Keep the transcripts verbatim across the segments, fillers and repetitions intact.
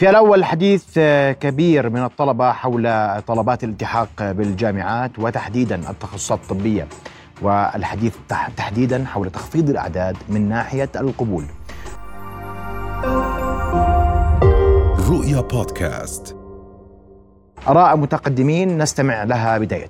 في الأول حديث كبير من الطلبة حول طلبات الالتحاق بالجامعات وتحديدا التخصصات الطبية، والحديث تحديدا حول تخفيض الأعداد من ناحية القبول. رؤيا بودكاست. آراء متقدمين نستمع لها بداية.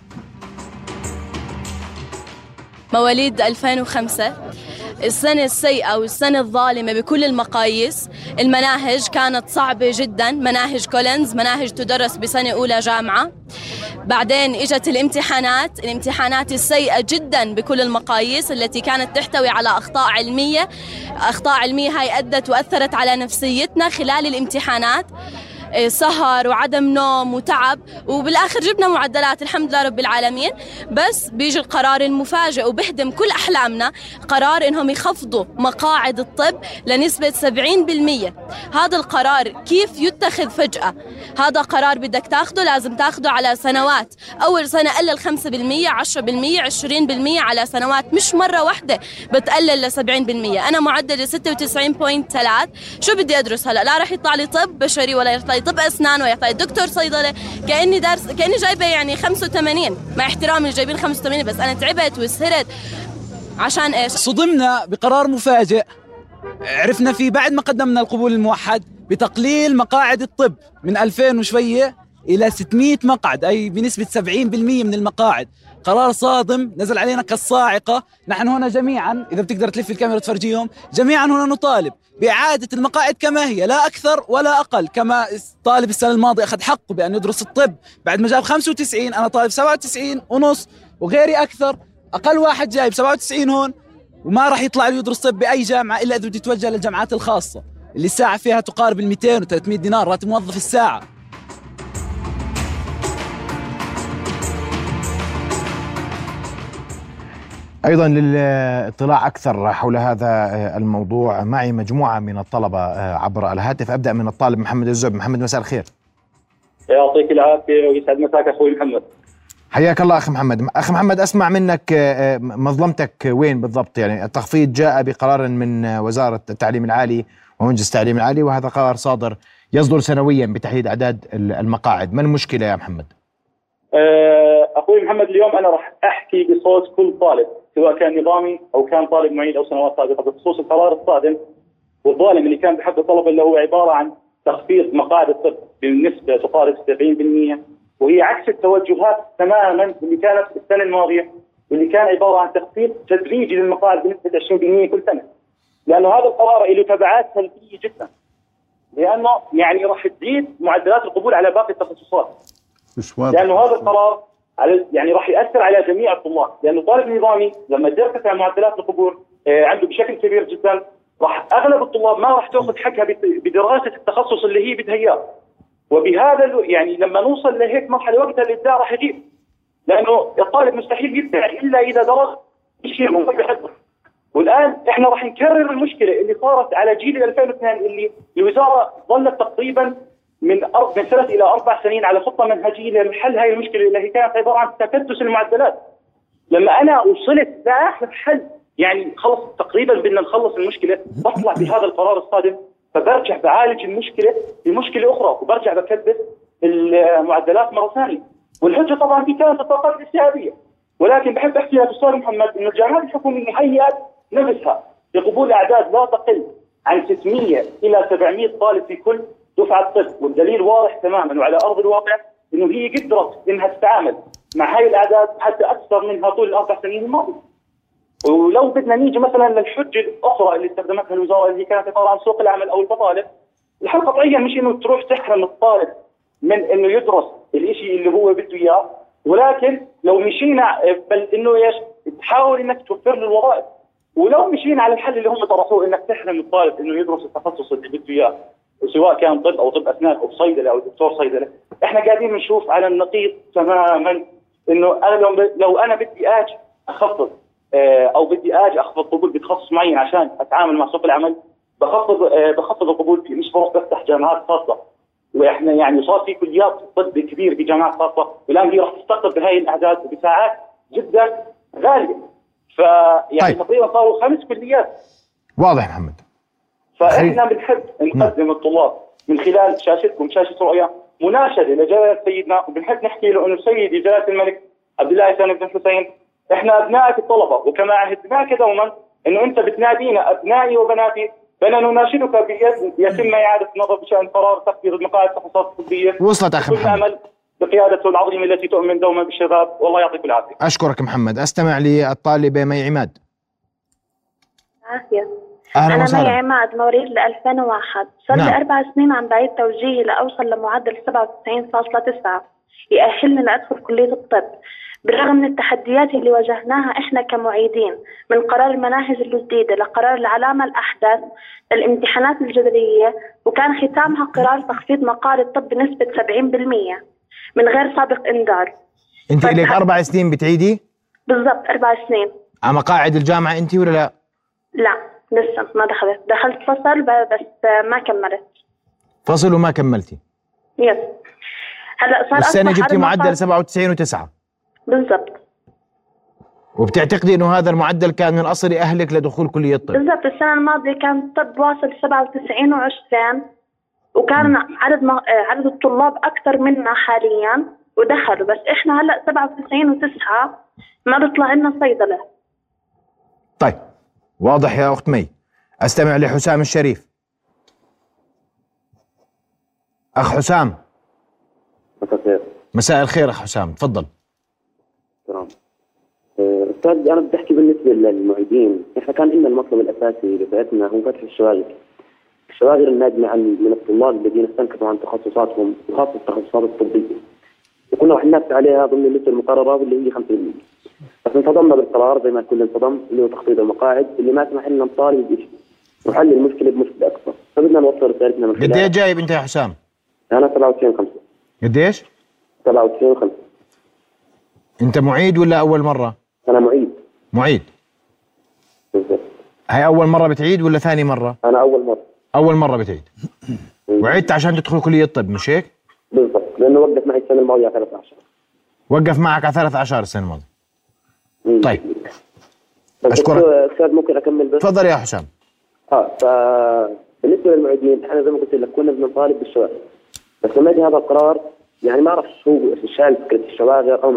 مواليد ألفين وخمسة، السنة السيئة والسنة الظالمة بكل المقاييس. المناهج كانت صعبة جدا، مناهج كولينز، مناهج تدرس بسنة أولى جامعة. بعدين إجت الامتحانات، الامتحانات السيئة جدا بكل المقاييس التي كانت تحتوي على أخطاء علمية. أخطاء علمية هاي أدت وأثرت على نفسيتنا خلال الامتحانات، سهر وعدم نوم وتعب، وبالآخر جبنا معدلات الحمد لله رب العالمين. بس بيجي القرار المفاجئ وبهدم كل أحلامنا، قرار إنهم يخفضوا مقاعد الطب لنسبة سبعين بالمية. هذا القرار كيف يتخذ فجأة؟ هذا قرار بدك تاخده، لازم تاخده على سنوات. أول سنة قلل خمسة بالمية، عشرة بالمية، عشرين بالمية على سنوات، مش مرة واحدة بتقلل لسبعين بالمية. أنا معدلي ستة وتسعين فاصلة ثلاثة، شو بدي أدرس هلأ؟ لا رح يطلع لي طب بشري ولا يطلع لي طب أسنان ولا يطلع لي دكتور صيدلة. كأني دارس، كأني جايبة يعني خمسة وثمانين، مع احترامي اللي جايبين خمسة وثمانين، بس أنا تعبت وسهرت عشان إيش؟ صدمنا بقرار مفاجئ عرفنا فيه بعد ما قدمنا القبول الموحد بتقليل مقاعد الطب من ألفين وشوية إلى ستمئة مقعد، أي بنسبة سبعين بالمئة من المقاعد. قرار صادم نزل علينا كالصاعقة. نحن هنا جميعا، إذا بتقدر تلف الكاميرا وتفرجيهم، جميعا هنا نطالب بإعادة المقاعد كما هي، لا أكثر ولا أقل. كما طالب السنة الماضية أخذ حقه بأن يدرس الطب بعد ما جاب خمسة وتسعين، أنا طالب سبعة وتسعين ونص وغيري أكثر. أقل واحد جايب سبعة وتسعين هون وما راح يطلع يدرس طب بأي جامعة إلا إذا بده يتوجه للجامعات الخاصة اللي الساعة فيها تقارب المئتين وثلاثمئة دينار راتب موظف الساعة. أيضا للاطلاع أكثر حول هذا الموضوع معي مجموعة من الطلبة عبر الهاتف. أبدأ من الطالب محمد الزب. محمد، مساء الخير. يعطيك العافية ويسعد مساك أخوي محمد. حياك الله أخي محمد. أخي محمد، أسمع منك مظلمتك وين بالضبط؟ يعني التخفيض جاء بقرار من وزارة التعليم العالي ومجلس التعليم العالي، وهذا قرار صادر يصدر سنويا بتحديد أعداد المقاعد. ما المشكلة يا محمد؟ أخوي محمد، اليوم أنا راح أحكي بصوت كل طالب، سواء كان نظامي أو كان طالب معيد أو سنوات سابقة، بخصوص القرار الصادم والظالم اللي كان بحق الطلبة، اللي هو عبارة عن تخفيض مقاعد الطب بالنسبة تقارب سبعين بالمئة، وهي عكس التوجهات تماما اللي كانت في السنة الماضية، واللي كان عبارة عن تخفيض تدريجي للمقاعد بنسبة عشرين بالمئة كل سنة. لأنه هذا القرار له تبعات سلبية جدا، لأنه يعني راح تزيد معدلات القبول على باقي التخصصات. مش واضح. لأنه هذا القرار على يعني راح يأثر على جميع الطلاب، لأنه طالب نظامي لما ترتفع معدلات القبول آه عنده بشكل كبير جدا، راح أغلب الطلاب ما راح تأخذ حقها بدراسة التخصص اللي هي بدها إياه. وبهذا يعني لما نوصل لهيك مرحلة وقتها الإبداع راح يغيب، لأنه الطالب مستحيل يبدع إلا إذا درس شيء مو بحبه. والآن إحنا راح نكرر المشكلة اللي صارت على جيل ألفين واثنين، اللي الوزارة ظلت تقريبا من أربع من ثلاث إلى أربع سنين على خطة منهجية لحل هاي المشكلة اللي هي كانت عبارة عن تكدس المعدلات. لما أنا وصلت لآخر حل، يعني خلص تقريبا بدنا نخلص المشكلة، بطلع بهذا القرار الصادم، فبرجع بعالج المشكلة بمشكلة أخرى وبرجع بكدس المعدلات مرة ثانية. والحجة طبعا دي كانت الطاقات الاستيعابية. ولكن بحب أحكي لك أستاذ محمد إنه الجامعات الحكومية هيئت نفسها لقبول أعداد لا تقل عن ستمئة إلى سبعمئة طالب في كل دفعة طب، والدليل واضح تماما وعلى أرض الواقع إنه هي قدرت إنها تتعامل مع هاي الأعداد حتى أكثر منها طول الأربع سنين الماضية. ولو بدنا نيجي مثلا للحجة الأخرى اللي استخدمتها الوزارة اللي كانت عبارة عن سوق العمل أو البطالة، الحل قطعيا مش إنه تروح تحرم الطالب من إنه يدرس الإشي اللي هو بده إياه، ولكن لو مشينا بل إنه إيش تحاول إنك توفر له الوظائف. ولو مشينا على الحل اللي هم طرحوه إنك تحرم الطالب إنه يدرس التخصص اللي بده إياه، سواء كان طب أو طب أسنان أو صيدلة أو دكتور صيدلة، إحنا قاعدين نشوف على النقيض تماما. إنه أنا لو, لو أنا بدي أجي أخفض أو بدي أجي أخفض قبول بتخصص معين عشان أتعامل مع سوق العمل، بخفض بخفض القبول فيه، مش بروح بفتح جامعات خاصة. وإحنا يعني صار في كليات طب كبير في جامعات خاصة، والآن هي راح تستقطب بهاي الأعداد بساعات جدا غالية. فيعني طيب. تقريبا صاروا خمس كليات. واضح محمد. فإحنا بنحب نقدم الطلاب من خلال شاشتكم شاشة رؤيا مناشدة لجلالة سيدنا، وبنحب نحكي له إنه سيدي جلالة الملك عبد الله الثاني بن الحسين، إحنا أبنائك الطلبة، وكما عهدناك دوما إنه أنت بتنادينا أبنائي وبناتي، فأنا نناشدك بأن يتم إعادة النظر بشأن قرار تخفيض مقاعد التخصصات الطبية. وصلت أخي محمد. نعمل بقيادته العظيمة التي تؤمن دوما بالشباب، والله يعطيك العافية. أشكرك محمد. أستمع للطالبة مي عماد. عافية. أهلا أنا وسهلا. مي عماد، مواليد ل ألفين وواحد، صار لي نعم. أربع سنين عم بعيد توجيهي لأوصل لمعدل سبعة وتسعين فاصلة تسعة يأهلني لأدخل كلية الطب، بالرغم من التحديات اللي واجهناها إحنا كمعيدين، من قرار المناهج الجديدة لقرار العلامة الأحدث، الامتحانات الجذرية، وكان ختامها قرار تخفيض مقاعد الطب بنسبة سبعين بالمئة من غير سابق إنذار. أنت لك أربع سنين بتعيدي؟ بالضبط أربع سنين. على مقاعد الجامعة أنت ولا لا؟ لا لسه ما دخلت، دخلت فصل بس ما كملت. فصل وما كملتي؟ يس. هلا صار السنة أصبح جبتي عدد معدل مقاعد- سبعة وتسعين وتسعة. بالضبط. وبتعتقدي انه هذا المعدل كان من الاصل يأهلك لدخول كلية الطب؟ بالضبط، السنة الماضية كان الطب واصل سبعة وتسعين وعشرين، وكان م. عدد م... عدد الطلاب أكثر منا حاليا ودخلوا، بس إحنا هلا سبعة وتسعين وتسعة ما بيطلع لنا صيدلة. طيب واضح يا أخت مي. أستمع لحسام الشريف. أخ حسام. مساء الخير. مساء الخير أخ حسام، تفضل. تمام. أستاذ أنا بدي أحكي بالنسبة للمعيدين، إحنا كان لنا المطلب الأساسي لفئتنا هو فتح الشواغر. الشواغر الناجمة عن من الطلاب الذين استنكفوا عن تخصصاتهم وخاصة التخصصات الطبية. وكنا راح ننافس عليها ضمن النسبة المقررة واللي هي خمسة بالمئة. بس انصدمنا بالقرار زي ما الكل انصدم اللي هو تخفيض المقاعد اللي ما سمح لنا نطالب بشيء وحل المشكلة بمشكلة أكبر، فبدنا نوصل رسالتنا من خلال. قد ايه جايب أنت يا حسام؟ أنا سبعة وتسعين خمسة. قديش؟ سبعة وتسعين خمسة. أنت معيد ولا أول مرة؟ أنا معيد. معيد. بالضبط. هاي أول مرة بتعيد ولا ثاني مرة؟ أنا أول مرة. أول مرة بتعيد. وعدت عشان تدخل كلية الطب مش هيك؟ بالضبط، لأنه وقف معي السنة الماضية على ثلاثة عشر. وقف معك على ثلاثة عشر السنة الماضية. طيب. أشكرك. أستاذ ممكن أكمل بس؟ تفضل يا حسام. اه فبالنسبه للمعيدين احنا زي ما قلت لك كنا بنطالب بالشواغر، بس لما يجي هذا القرار يعني ما اعرف شو شان فكره الشواغر او ما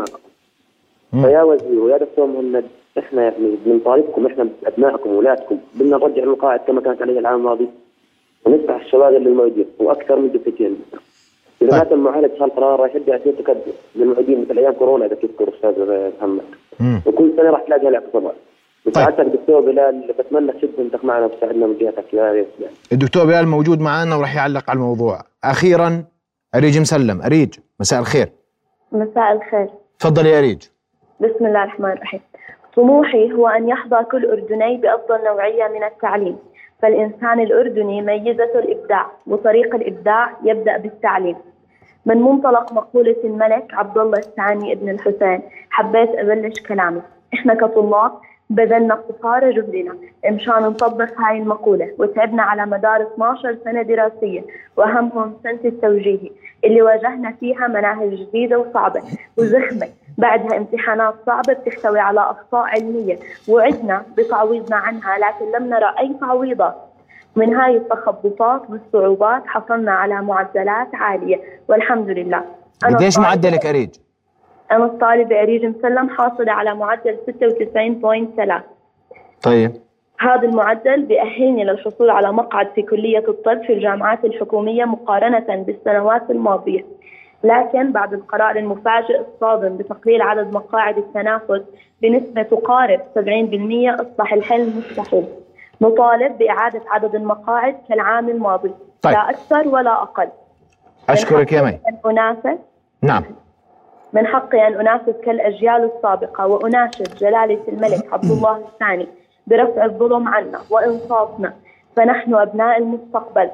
فيا وزير ويا دكتور مهند احنا يعني بنطالبكم، احنا ابنائكم واولادكم بدنا نرجع المقاعد كما كانت عليه العام الماضي ونفتح الشواغر للمعيدين واكثر من دفتين. اذا طيب. ما تم معالجه هالقرار راح يرجع يصير تكدس للمعيدين مثل ايام كورونا اذا تذكر استاذ محمد. مم. وكل سنه راح تلاقي هالاعتصامات. سعادتك طيب. دكتور بلال بتمنى تشد انت معنا وتساعدنا من جهتك يا ريت. الدكتور بلال موجود معنا وراح يعلق على الموضوع. أخيرا أريج مسلم. أريج مساء الخير. مساء الخير. تفضل يا أريج. بسم الله الرحمن الرحيم. طموحي هو أن يحظى كل أردني بأفضل نوعية من التعليم، فالإنسان الأردني ميزته الإبداع، وطريق الإبداع يبدأ بالتعليم. من منطلق مقولة الملك عبد الله الثاني ابن الحسين حبيت أبلش كلامي. إحنا كطلاب بذلنا قصارى جهدنا مشان نطبق هاي المقولة، وتعبنا على مدار اثنتي عشرة سنة دراسية، وأهمهم سنة التوجيهي اللي واجهنا فيها مناهج جديدة وصعبة وزخمة، بعدها امتحانات صعبة بتحتوي على أخطاء علمية وعدنا بتعويضنا عنها، لكن لم نرى أي تعويضات. من هاي التخبطات والصعوبات حصلنا على معدلات عالية والحمد لله. قديش معدلك أريج؟ أنا الطالبة أريج مسلم حاصلة على معدل ستة وتسعين فاصلة ثلاثة. طيب. هذا المعدل بيأهلني للحصول على مقعد في كلية الطب في الجامعات الحكومية مقارنة بالسنوات الماضية، لكن بعد القرار المفاجئ الصادم بتقليل عدد مقاعد التنافس بنسبة تقارب سبعين بالمئة أصبح الحل مستحيل. نطالب بإعادة عدد المقاعد كالعام الماضي. طيب. لا أكثر ولا أقل. أشكرك يا مي. أنافس. نعم. من حقي أن أنافس كالأجيال السابقة، وأناشد جلالة الملك عبد الله الثاني برفع الظلم عنا وإنصافنا، فنحن أبناء المستقبل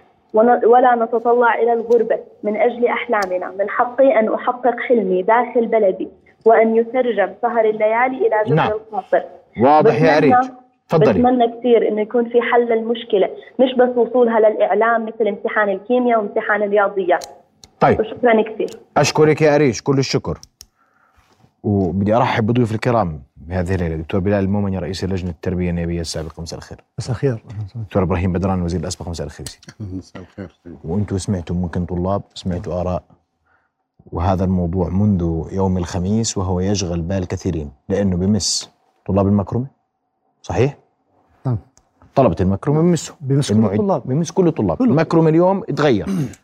ولا نتطلع إلى الغربة من أجل أحلامنا. من حقي أن أحقق حلمي داخل بلدي وأن يترجم سهر الليالي إلى جبل نعم. الخاطر. واضح يا أريج. تفضلي. بتمنى كثير إنه يكون في حل للمشكلة، مش بس وصولها للإعلام مثل امتحان الكيمياء وامتحان الرياضيات. طيب. وشكرا كثير. أشكرك يا أريج كل الشكر. وبدي أرحب بضيوف الكرام بهذه الليلة دكتور بلال المومني رئيس اللجنة التربية النيابية السابق، مساء الخير. مساء الخير. دكتور إبراهيم بدران وزير الأسبق، مساء الخير. مساء الخير. وأنتم سمعتوا، ممكن طلاب سمعتوا آراء، وهذا الموضوع منذ يوم الخميس وهو يشغل بال كثيرين، لأنه بمس طلاب المكرمة، صحيح؟ نعم. طلبة المكرمة بمسوا بمس كل الطلاب، بمس كل الطلاب. المكرمة اليوم اتغير،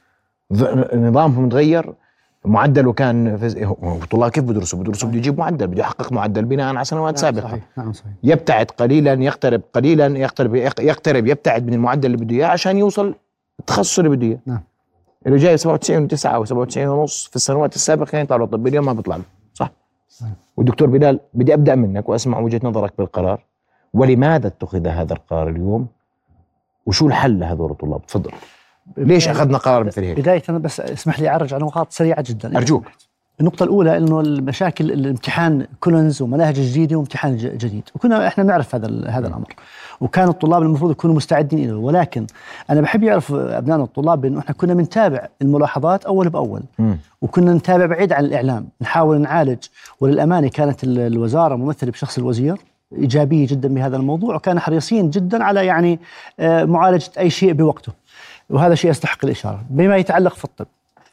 نظامهم تغير، معدله كان الطلاب كيف بدرسوا؟ بدرسوا بده يجيب معدل، بده يحقق معدل بناء على سنوات سابقة. صحيح. نعم صحيح. يبتعد قليلا، يقترب قليلا، يقترب يقترب يبتعد من المعدل اللي بده اياه عشان يوصل التخصص اللي بده اياه. نعم. اللي جاي سبعة وتسعين وتسعة وسبعة وتسعين ونص في السنوات السابقة كان يطلع له طب، اليوم ما بيطلع له، صح؟ صحيح. والدكتور بلال بدي ابدا منك واسمع وجهة نظرك بالقرار، ولماذا اتخذ هذا القرار اليوم؟ وشو الحل لهذول الطلاب؟ تفضل. ليش اخذنا قرار مثل هيك؟ بداية بس اسمح لي اعرج على نقاط سريعة جدا ارجوك. النقطة الأولى إنه المشاكل الامتحان كولنز ومناهج جديدة وامتحان جديد، وكنا إحنا نعرف هذا هذا الأمر، وكان الطلاب المفروض يكونوا مستعدين له، ولكن أنا بحب يعرف أبنائنا الطلاب إنه إحنا كنا بنتابع الملاحظات أول بأول، م. وكنا نتابع بعيد عن الإعلام، نحاول نعالج، وللأمانة كانت الوزارة ممثلة بشخص الوزير إيجابية جدا بهذا الموضوع، وكان حريصين جدا على يعني معالجة أي شيء بوقته، وهذا شيء يستحق الإشارة. بما يتعلق في الطب،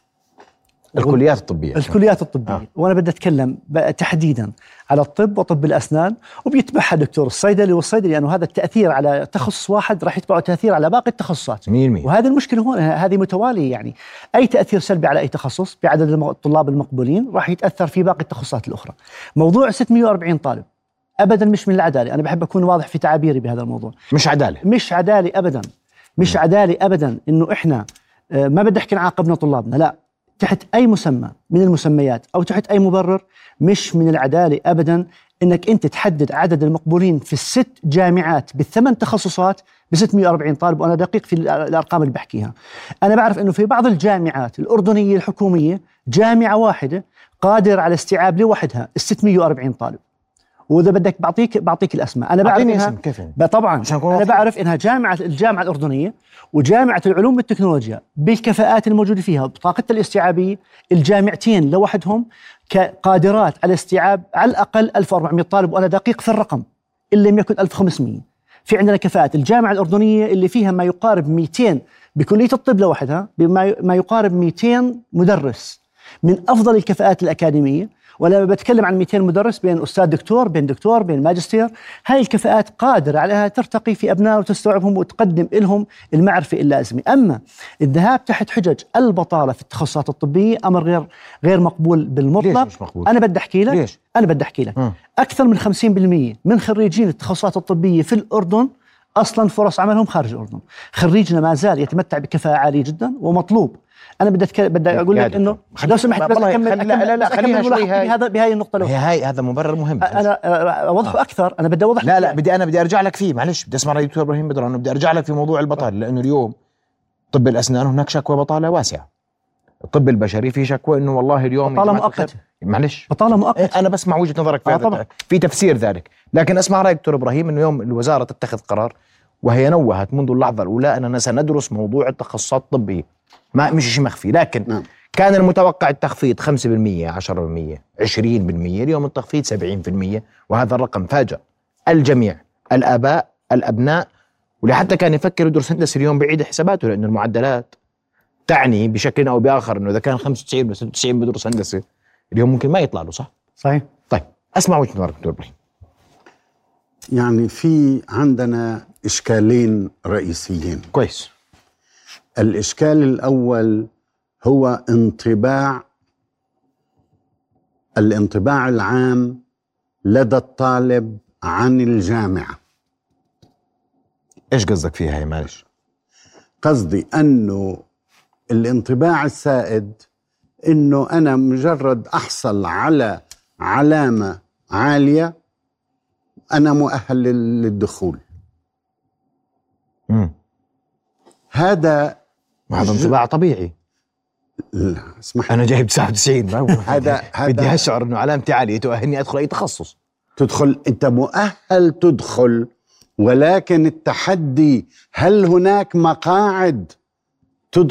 الكليات الطبية الكليات الطبية آه. وأنا بدي أتكلم تحديدا على الطب وطب الأسنان، وبيتبعها دكتور الصيدلي والصيدلي، لأنه يعني هذا التأثير على تخصص واحد راح يتبعه تأثير على باقي التخصصات، وهذه المشكلة هون، هذه متوالية، يعني أي تأثير سلبي على أي تخصص بعدد الطلاب المقبولين راح يتأثر في باقي التخصصات الأخرى. موضوع ستمئة وأربعين طالب أبدا مش من العدالة، أنا بحب أكون واضح في تعابيري بهذا الموضوع. مش عدالة، مش عدالة أبدا، مش عدالة أبدا إنه إحنا ما بدي أحكي عاقبنا طلابنا، لا، تحت أي مسمى من المسميات أو تحت أي مبرر، مش من العدالة أبدا إنك أنت تحدد عدد المقبولين في الست جامعات بالثمان تخصصات ب ستمئة وأربعين طالب، وأنا دقيق في الأرقام اللي بحكيها. أنا بعرف إنه في بعض الجامعات الأردنية الحكومية جامعة واحدة قادر على استيعاب لوحدها ستمئة وأربعين طالب، وإذا بدك بعطيك بعطيك الأسماء. أنا بعرف إنها طبعا أنا بعرف إنها جامعة الجامعة الأردنية وجامعة العلوم والتكنولوجيا بالكفاءات الموجودة فيها وبطاقتها الاستيعابية، الجامعتين لوحدهم قادرات على استيعاب على الأقل ألف وأربعمئة طالب، وأنا دقيق في الرقم إن لم يكن ألف وخمسمئة. في عندنا كفاءات الجامعة الأردنية اللي فيها ما يقارب مئتين بكلية الطب لوحدها، بما يقارب مئتين مدرس من أفضل الكفاءات الأكاديمية. ولما بتكلم عن مئتين مدرس بين أستاذ دكتور بين دكتور بين ماجستير، هاي الكفاءات قادرة عليها ترتقي في أبناء وتستوعبهم وتقدم لهم المعرفة اللازمة. أما الذهاب تحت حجج البطالة في التخصصات الطبية أمر غير غير مقبول بالمطلق. ليش مش مقبول؟ أنا بدي أحكي لك ليش؟ أنا بدي أحكي لك م. أكثر من خمسين بالمئة من خريجين التخصصات الطبية في الأردن أصلا فرص عملهم خارج الأردن. خريجنا ما زال يتمتع بكفاءة عالية جدا ومطلوب. أنا بدي أتكلم بدي أقول لك إنه لو سمحت بس أكمل خلي لا لا لا خليها شوي هاي بهذا بهاي النقطة لو هي هاي هذا مبرر مهم. أنا أوضحه أكثر، أنا بدي أوضح. لا لا بدي أنا بدي أرجع لك فيه، معلش بدي أسمع رأي دكتور إبراهيم بدران، بدي أرجع لك في موضوع البطالة، لأنه اليوم طب الأسنان هناك شكوى بطالة واسعة، الطب البشري في شكوى إنه والله اليوم بطالة مؤقتة، معلش بطالة مؤقتة. أنا بسمع وجهة نظرك في, آه في تفسير ذلك، لكن أسمع رأي دكتور إبراهيم إنه يوم الوزارة تتخذ قرار وهي نوهت منذ اللحظة الأولى أننا سندرس موضوع التخصصات الطبية، ما مش شيء مخفي، لكن نعم. كان المتوقع التخفيض خمسة بالمئة عشرة بالمئة عشرين بالمئة، اليوم التخفيض سبعين بالمئة، وهذا الرقم فاجأ الجميع، الآباء الأبناء، واللي حتى كان يفكر يدرس هندسة اليوم بعيد حساباته، لأن المعدلات تعني بشكل أو بآخر أنه إذا كان خمسة وتسعين ولا ستة وتسعين بدرس هندسة اليوم ممكن ما يطلع له، صح؟ صحيح. طيب أسمع وجهة نظرك دكتور إبراهيم. يعني في عندنا إشكالين رئيسيين. كويس. الإشكال الأول هو انطباع الانطباع العام لدى الطالب عن الجامعة. إيش قصدك فيها يا معلش؟ قصدي أنه الانطباع السائد أنه أنا مجرد أحصل على علامة عالية أنا مؤهل للدخول. مم. هذا هذا انطباع طبيعي. لا اسمح أنا جايب تسعة وتسعين هذا بدي أشعر إنه علامتي عالية تؤهلني أدخل أي تخصص. تدخل أنت مؤهل تدخل، ولكن التحدي هل هناك مقاعد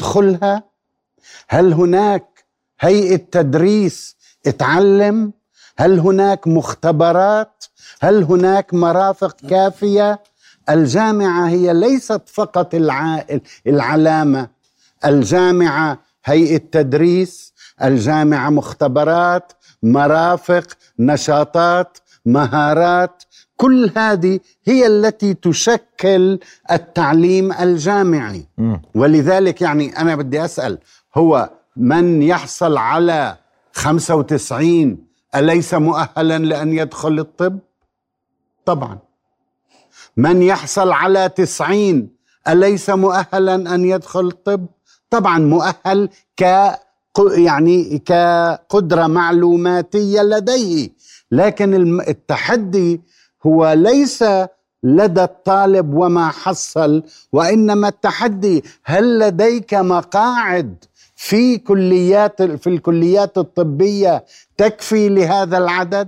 تدخلها؟ هل هناك هيئة تدريس اتعلم؟ هل هناك مختبرات؟ هل هناك مرافق كافية؟ الجامعة هي ليست فقط العلامة، الجامعة هيئة تدريس، الجامعة مختبرات، مرافق، نشاطات، مهارات، كل هذه هي التي تشكل التعليم الجامعي. م. ولذلك يعني أنا بدي أسأل، هو من يحصل على خمسة وتسعين أليس مؤهلا لأن يدخل الطب؟ طبعا. من يحصل على تسعين أليس مؤهلا أن يدخل الطب؟ طبعا مؤهل ك يعني كقدرة معلوماتية لديه، لكن التحدي هو ليس لدى الطالب وما حصل، وإنما التحدي هل لديك مقاعد في كليات في الكليات الطبية تكفي لهذا العدد؟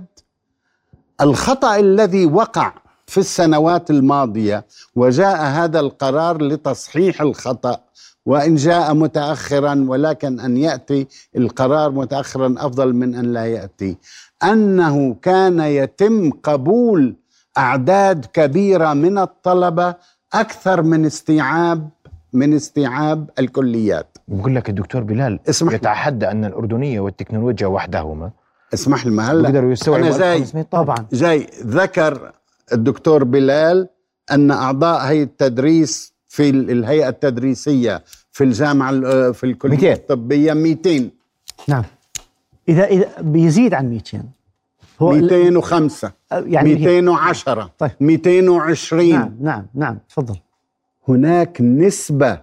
الخطأ الذي وقع في السنوات الماضية، وجاء هذا القرار لتصحيح الخطأ وإن جاء متأخرا، ولكن أن يأتي القرار متأخرا أفضل من أن لا يأتي، أنه كان يتم قبول أعداد كبيرة من الطلبة أكثر من استيعاب من استيعاب الكليات. بقول لك الدكتور بلال يتحدى أن الأردنية والتكنولوجيا وحدهما اسمح لي ما هلا أنا جاي طبعا جاي ذكر الدكتور بلال أن أعضاء هيئة التدريس في الهيئة التدريسية في الجامعة في الكلية الطبية مئتين. نعم، إذا إذا بيزيد عن مئتين هو مئتين وخمسة يعني مئتين وعشرة طيب. مئتين وعشرين. نعم نعم نعم تفضل. هناك نسبة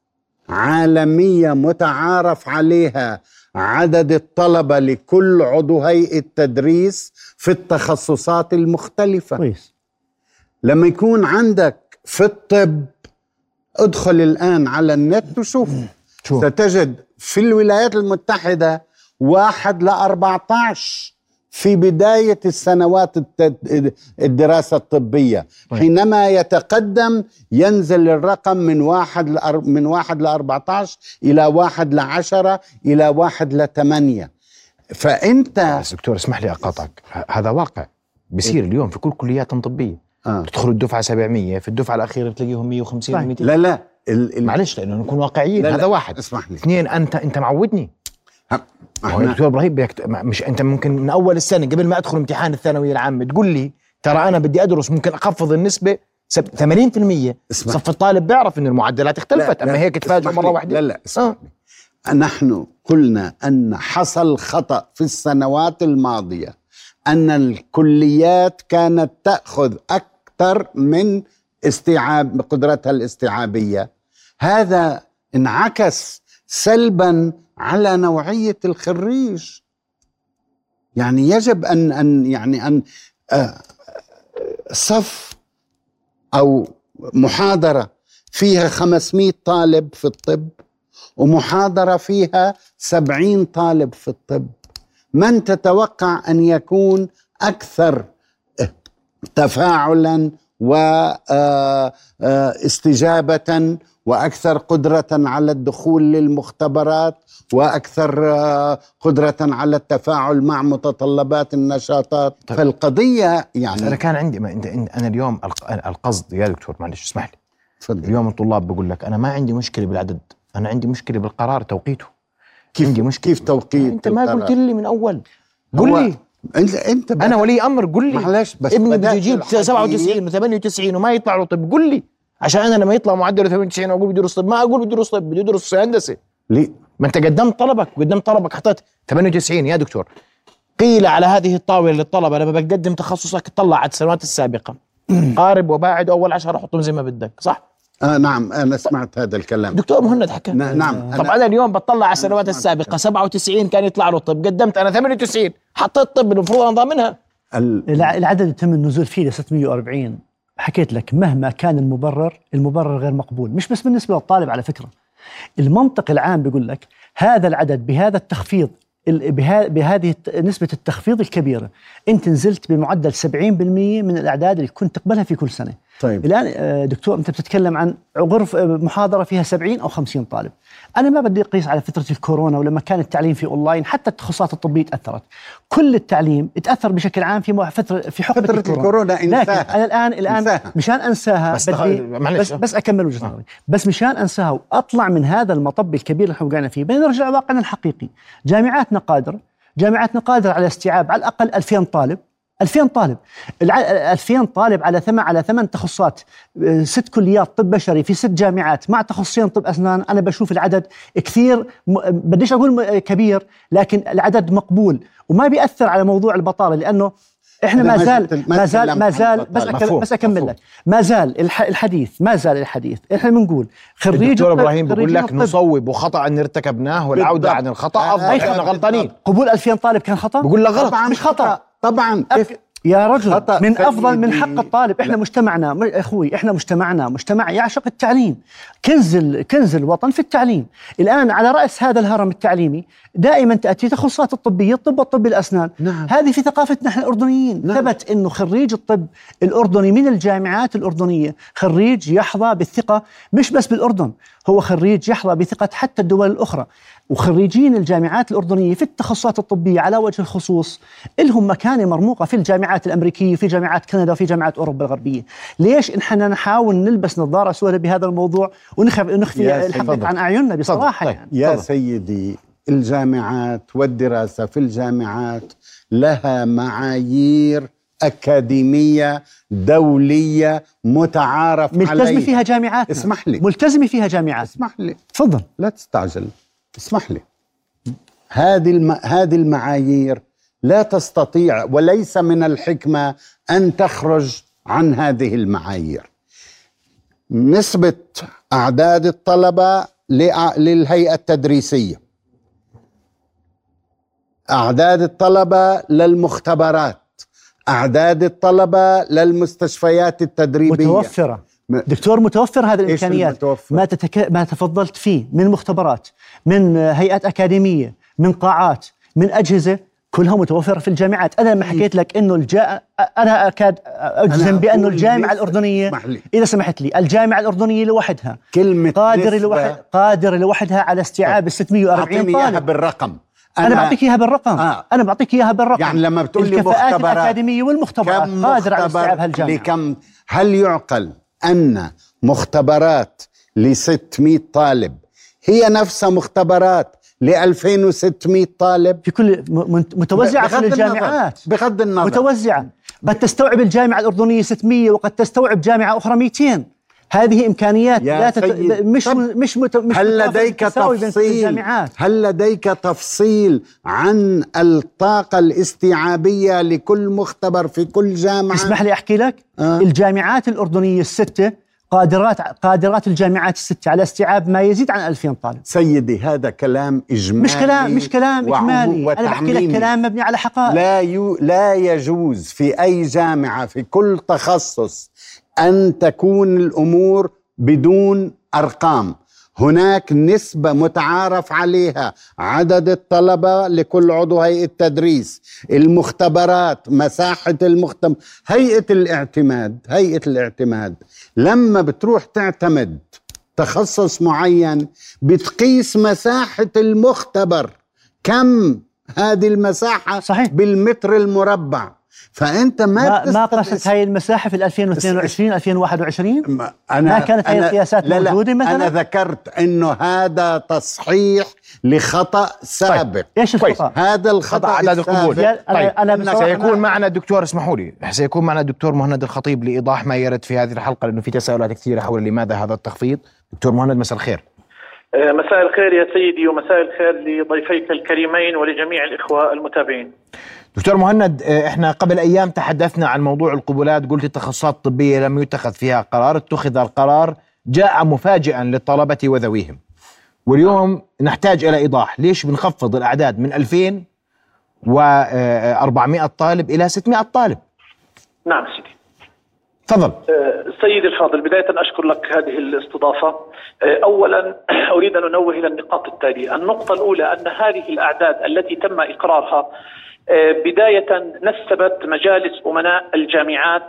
عالمية متعارف عليها، عدد الطلبة لكل عضو هيئة تدريس في التخصصات المختلفة. كويس. لما يكون عندك في الطب، ادخل الآن على النت وشوف، ستجد في الولايات المتحدة واحد لأربعة عشر في بداية السنوات الدراسة الطبية. حينما يتقدم ينزل الرقم من واحد من واحد لأربعة عشر إلى واحد لعشرة إلى واحد لثمانية. فأنت بس دكتور اسمح لي أقاطعك، هذا واقع بيصير اليوم في كل كليات طبية. آه. تدخل الدفعة سبعمية، في الدفعة الأخيرة تلاقيهم مية وخمسين ومئتين. لا لا ال ال معلش لأنه نكون واقعيين. هذا واحد. اسمح لي. اثنين، أنت أنت معودني. هو دكتور إبراهيم بيكت... مش أنت ممكن من أول السنة قبل ما أدخل امتحان الثانوية العامة تقول لي ترى أنا بدي أدرس، ممكن أخفض النسبة ثمانين بالمئة. صف الطالب بيعرف إن المعدلات اختلفت، أما هيك تفاجئ مرة واحدة. لا لا اسمح لي. نحن قلنا أن حصل خطأ في السنوات الماضية، أن الكليات كانت تأخذ أكثر من استيعاب قدرتها الاستيعابية. هذا انعكس سلبا على نوعية الخريج. يعني يجب أن أن يعني أن صف أو محاضرة فيها خمسمائة طالب في الطب ومحاضرة فيها سبعين طالب في الطب، من تتوقع أن يكون أكثر تفاعلا واستجابة وأكثر قدرة على الدخول للمختبرات وأكثر قدرة على التفاعل مع متطلبات النشاطات؟ طيب. فالقضية يعني أنا كان عندي ما أنت أنا اليوم القصد يا دكتور معلش اسمح لي فضل. اليوم الطلاب بقول لك أنا ما عندي مشكلة بالعدد، أنا عندي مشكلة بالقرار توقيته. كيف عندي مشكلة كيف توقيت أنت ما قلت لي من أول. قل لي انت انت انا ولي امر، قل لي معلش بس ابني بده يجيب سبعة وتسعين وثمانية وتسعين وما يطلع له طب، قل لي عشان انا لما يطلع معدله ثمانية وتسعين واقول بدي ادرس طب ما اقول بدي ادرس طب، بدي ادرس هندسه. ليه؟ ما انت قدمت طلبك وقدمت طلبك حطيت ثمانية وتسعين يا دكتور. قيل على هذه الطاوله للطلبه لما بتقدم تخصصك طلع على السنوات السابقه قارب وباعد اول عشرة حطهم زي ما بدك، صح؟ آه نعم أنا سمعت هذا الكلام. دكتور مهند حكى. نعم. طب أنا, أنا اليوم بطلع على السنوات السابقة سبعة وتسعين كان يطلع له طب، قدمت أنا ثمانية وتسعين حطيت طب، المفروض أنا ضامنها. العدد يتم النزول فيه ل ستمائة وأربعين. حكيت لك مهما كان المبرر، المبرر غير مقبول، مش بس بالنسبة للطالب على فكرة. المنطق العام بيقول لك هذا العدد بهذا التخفيض بهذه نسبة التخفيض الكبيرة، أنت نزلت بمعدل سبعين بالمئة من الأعداد اللي كنت تقبلها في كل سنة. طيب. الآن آه، دكتور أنت بتتكلم عن غرف آه، محاضرة فيها سبعين أو خمسين طالب. أنا ما بدي أقيس على فترة الكورونا ولما كان التعليم في أونلاين، حتى التخصصات الطبية تأثرت، كل التعليم تأثر بشكل عام في مو- فترة في حقبة فترة الكورونا, الكورونا لكن انساها. أنا الآن الآن انساها. مشان أنساها بس بدي دخل- معلش. بس, بس أكمل وجهة نظري، بس مشان أنساها وأطلع من هذا المطب الكبير اللي احنا وقعنا فيه، بنرجع لواقعنا الحقيقي. جامعاتنا قادرة جامعاتنا قادرة على استيعاب على الأقل ألفين طالب، ألفين طالب، الع- ألفين طالب على ثمان على ثمان تخصصات، آه، ست كليات طب بشري في ست جامعات مع تخصصين طب أسنان. أنا بشوف العدد كثير، م- بديش أقول م- كبير، لكن العدد مقبول وما بيأثر على موضوع البطالة، لأنه احنا أنا ما ما زال شفت- ما ما زال ما تكلمت زال عن بس البطالة. أكمل مفهوم، بس أكمل مفهوم. لك ما زال الح- الحديث ما زال الحديث احنا بنقول خريج الدكتور الطب- ابراهيم بيقول خريجين لك الطب. نصوب وخطا ان ارتكبناه والعوده بالضبط. عن الخطا آه، افضل، أي احنا خطأ. غلطانين. قبول ألفين طالب كان خطأ؟ بقول لك غلط. طبعا مش خطأ. طبعا كيف يا رجل خطأ من افضل من سيدي. حق الطالب. احنا لا. مجتمعنا م- اخوي احنا مجتمعنا مجتمع يعشق التعليم، كنز ال- كنز الوطن في التعليم. الان على راس هذا الهرم التعليمي دائما تاتي تخصصات الطبيه، الطب والطب الاسنان. نعم. هذه في ثقافتنا احنا الاردنيين. نعم. ثبت انه خريج الطب الاردني من الجامعات الاردنيه خريج يحظى بالثقه، مش بس بالاردن، هو خريج يحظى بثقه حتى الدول الاخرى. وخريجين الجامعات الأردنية في التخصصات الطبية على وجه الخصوص لهم مكانة مرموقة في الجامعات الأمريكية، في جامعات كندا، وفي جامعات أوروبا الغربية. ليش إحنا نحاول نلبس نظارة سوداء بهذا الموضوع ونخف- يا ونخفي سيدي. الحقيقة عن أعيننا بصراحة؟ طيب. يعني. يا تفضل. سيدي، الجامعات والدراسة في الجامعات لها معايير أكاديمية دولية متعارف ملتزمة عليها. فيها جامعات، اسمح لي ملتزمة فيها جامعات. اسمح لي تفضل. لا تستعجل، اسمح لي. هذه الم... هذه المعايير لا تستطيع وليس من الحكمة أن تخرج عن هذه المعايير. نسبة أعداد الطلبة لأ- للهيئة التدريسية، أعداد الطلبة للمختبرات، أعداد الطلبة للمستشفيات التدريبية متوفرة م- دكتور، متوفر هذه إيش الإمكانيات. المتوفر؟ ما, تتك... ما تفضلت فيه من مختبرات، من هيئات أكاديمية، من قاعات، من أجهزة، كلها متوفرة في الجامعات. أنا لما حكيت لك إنه الجا... أنا أكاد أجزم أنا بأنه أقول الجامعة ليس- الأردنية، اسمح لي. إذا سمحت لي، الجامعة الأردنية لوحدها كلمة قادرة نسبة- لوحد قادرة لوحدها على استيعاب ال ستمئة وأربعين أعطيني إياها طالب. بالرقم. أنا بعطيك إياها بالرقم. آه. أنا بعطيك إياها بالرقم. يعني لما بتقول لي الكفاءات مختبرات، الأكاديمية والمختبرات كم قادرة على استيعاب مختبر هالجامعة. لكم؟ هل يعقل أن مختبرات ل ستمئة طالب هي نفسها مختبرات ل ألفين وستمئة طالب؟ في كل م- متوزعة في بغض كل النظر- الجامعات، بغض النظر متوزعة. قد تستوعب الجامعة الأردنية ستمئة وقد تستوعب جامعة أخرى مئتين. هذه إمكانيات يا لا تت... سيد، مش طب مش مت... مش هل متوافق لديك بالتساوي بين كل تفصيل الجامعات. هل لديك تفصيل عن الطاقة الاستيعابية لكل مختبر في كل جامعة؟ اسمح لي أحكي لك. آه. الجامعات الأردنية الستة قادرات قادرات الجامعات الستة على استيعاب ما يزيد عن ألفين طالب. سيدي، هذا كلام إجمالي، مش كلام مش كلام وعمو- إجمالي، أنا بحكي لك وتعميمي. كلام مبني على حقائق. لا يو لا يجوز في أي جامعة في كل تخصص أن تكون الأمور بدون أرقام. هناك نسبة متعارف عليها، عدد الطلبة لكل عضو هيئة تدريس، المختبرات، مساحة المختبر، هيئة الاعتماد هيئة الاعتماد لما بتروح تعتمد تخصص معين بتقيس مساحة المختبر، كم هذه المساحة صحيح. بالمتر المربع. فأنت ما ما, ما بتستقيس- قست هاي المساحة في ألفين واثنين وعشرين ألفين وواحد وعشرين؟ ما, أنا ما كانت هاي أنا القياسات لا لا موجودة مثلا؟ أنا ذكرت أنه هذا تصحيح لخطأ سابق. إيش الخطأ؟ هذا الخطأ عدد القبول. السابق. يا- أنا- طيب أنا بصراحة سيكون ما- معنا الدكتور، اسمحوا لي، سيكون معنا الدكتور مهند الخطيب لإيضاح ما يرد في هذه الحلقة، لأنه في تساؤلات كثيرة حول لماذا هذا التخفيض. دكتور مهند، مساء الخير. مساء الخير يا سيدي، ومساء الخير لضيفيك الكريمين ولجميع الإخوة المتابعين. دكتور مهند، احنا قبل ايام تحدثنا عن موضوع القبولات، قلت التخصصات الطبيه لم يتخذ فيها قرار، اتخذ القرار جاء مفاجئا للطلبه وذويهم، واليوم نحتاج الى ايضاح ليش بنخفض الاعداد من ألفين وأربعمئة طالب الى ستمئة طالب. نعم سيدي. تفضل. سيدي الفاضل، بداية أشكر لك هذه الاستضافة. أولا أريد أن أنوه إلى النقاط التالية. النقطة الأولى أن هذه الأعداد التي تم إقرارها بداية نسبت مجالس أمناء الجامعات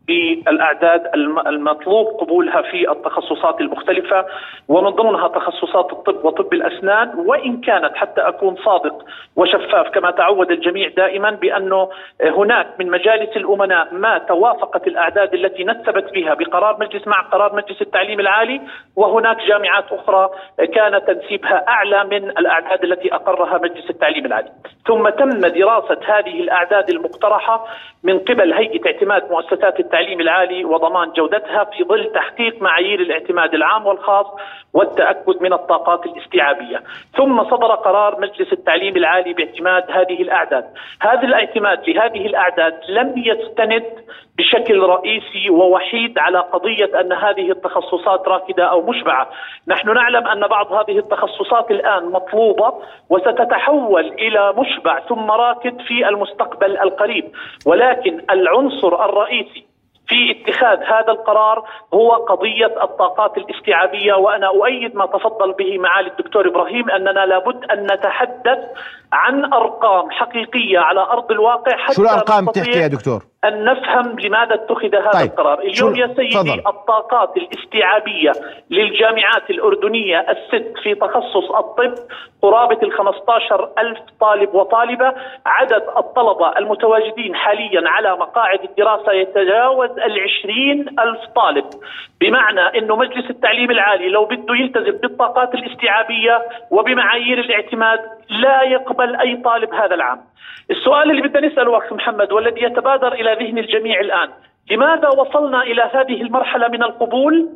بالأعداد المطلوب قبولها في التخصصات المختلفة، ومن ضمنها تخصصات الطب وطب الأسنان. وإن كانت، حتى أكون صادق وشفاف كما تعود الجميع دائما، بأنه هناك من مجالس الأمناء ما توافقت الأعداد التي نسبت بها بقرار مجلس مع قرار مجلس التعليم العالي، وهناك جامعات أخرى كان تنسيبها أعلى من الأعداد التي أقرها مجلس التعليم العالي. ثم تم دراسة هذه الأعداد المقترحة من قبل هيئة اعتماد مؤسسات التعليم العالي وضمان جودتها في ظل تحقيق معايير الاعتماد العام والخاص والتأكد من الطاقات الاستيعابية. ثم صدر قرار مجلس التعليم العالي باعتماد هذه الأعداد. هذا الاعتماد لهذه الأعداد لم يستند بشكل رئيسي ووحيد على قضية أن هذه التخصصات راكدة أو مشبعة. نحن نعلم أن بعض هذه التخصصات الآن مطلوبة وستتحول إلى مشبع ثم راكد في المستقبل القريب، ولكن العنصر الرئيسي في اتخاذ هذا القرار هو قضية الطاقات الاستيعابية. وأنا أؤيد ما تفضل به معالي الدكتور إبراهيم، أننا لابد أن نتحدث عن أرقام حقيقية على أرض الواقع حتى شو الأرقام تحكي يا دكتور؟ أن نفهم لماذا اتخذ هذا طيب. القرار. اليوم يا سيدي فضل. الطاقات الاستيعابية للجامعات الأردنية الست في تخصص الطب قرابة الخمسة عشر ألف طالب وطالبة. عدد الطلبة المتواجدين حاليا على مقاعد الدراسة يتجاوز العشرين ألف طالب، بمعنى أنه مجلس التعليم العالي لو بده يلتزم بالطاقات الاستيعابية وبمعايير الاعتماد لا يقبل أي طالب هذا العام. السؤال اللي بدنا نسأله أخي محمد والذي يتبادر إلى ذهن الجميع الآن، لماذا وصلنا إلى هذه المرحلة من القبول؟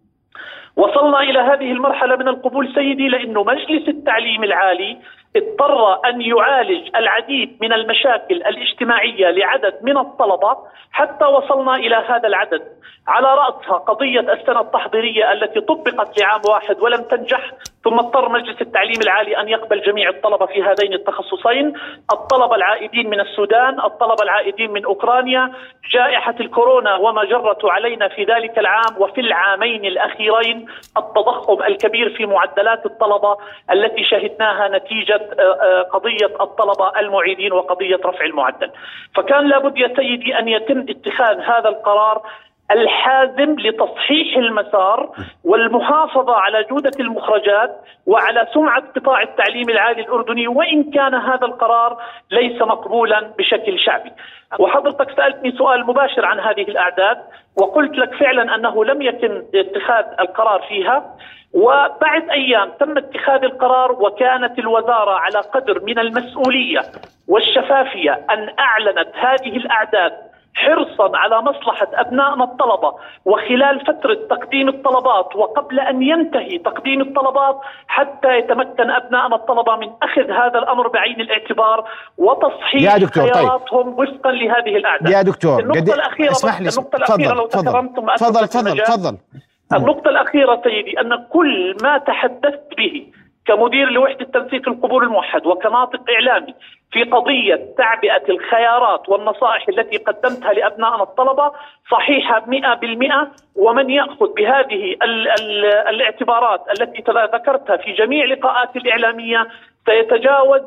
وصلنا إلى هذه المرحلة من القبول سيدي لأنه مجلس التعليم العالي اضطر أن يعالج العديد من المشاكل الاجتماعية لعدد من الطلبة حتى وصلنا إلى هذا العدد. على رأسها قضية السنة التحضيرية التي طبقت لعام واحد ولم تنجح، ثم اضطر مجلس التعليم العالي أن يقبل جميع الطلبة في هذين التخصصين، الطلبة العائدين من السودان، الطلبة العائدين من أوكرانيا، جائحة الكورونا وما جرت علينا في ذلك العام وفي العامين الأخيرين، التضخم الكبير في معدلات الطلبة التي شهدناها نتيجة قضية الطلبة المعيدين وقضية رفع المعدل. فكان لابد يا سيدي أن يتم اتخاذ هذا القرار الحازم لتصحيح المسار والمحافظة على جودة المخرجات وعلى سمعة قطاع التعليم العالي الأردني، وإن كان هذا القرار ليس مقبولا بشكل شعبي. وحضرتك سألتني سؤال مباشر عن هذه الأعداد وقلت لك فعلا أنه لم يتم اتخاذ القرار فيها، وبعد أيام تم اتخاذ القرار وكانت الوزارة على قدر من المسؤولية والشفافية أن أعلنت هذه الأعداد حرصا على مصلحة أبنائنا الطلبة وخلال فترة تقديم الطلبات وقبل أن ينتهي تقديم الطلبات حتى يتمكن أبنائنا الطلبة من أخذ هذا الأمر بعين الاعتبار وتصحيح خياراتهم طيب. وفقا لهذه الأعداد. يا دكتور النقطة الأخيرة اسمح لي النقطة الأخيرة لو تكرمتم تفضل تفضل تفضل النقطة الأخيرة سيدي أن كل ما تحدثت به كمدير لوحدة تنسيق القبول الموحد وكناطق إعلامي في قضية تعبئة الخيارات والنصائح التي قدمتها لأبنائنا الطلبة صحيحة مئة بالمئة، ومن يأخذ بهذه ال ال الاعتبارات التي ذكرتها في جميع لقاءات الإعلامية سيتجاوز